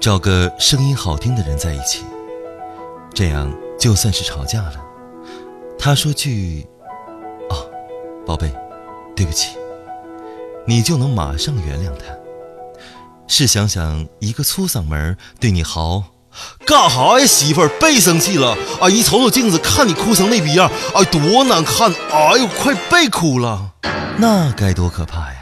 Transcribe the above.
找个声音好听的人在一起，这样就算是吵架了，他说句哦，宝贝，对不起，你就能马上原谅他。试想想一个粗嗓门对你嚎，干哈呀媳妇儿，别生气了，哎，你瞅瞅镜子，看你哭成那逼样，哎，多难看，哎呦，快别哭了，那该多可怕呀。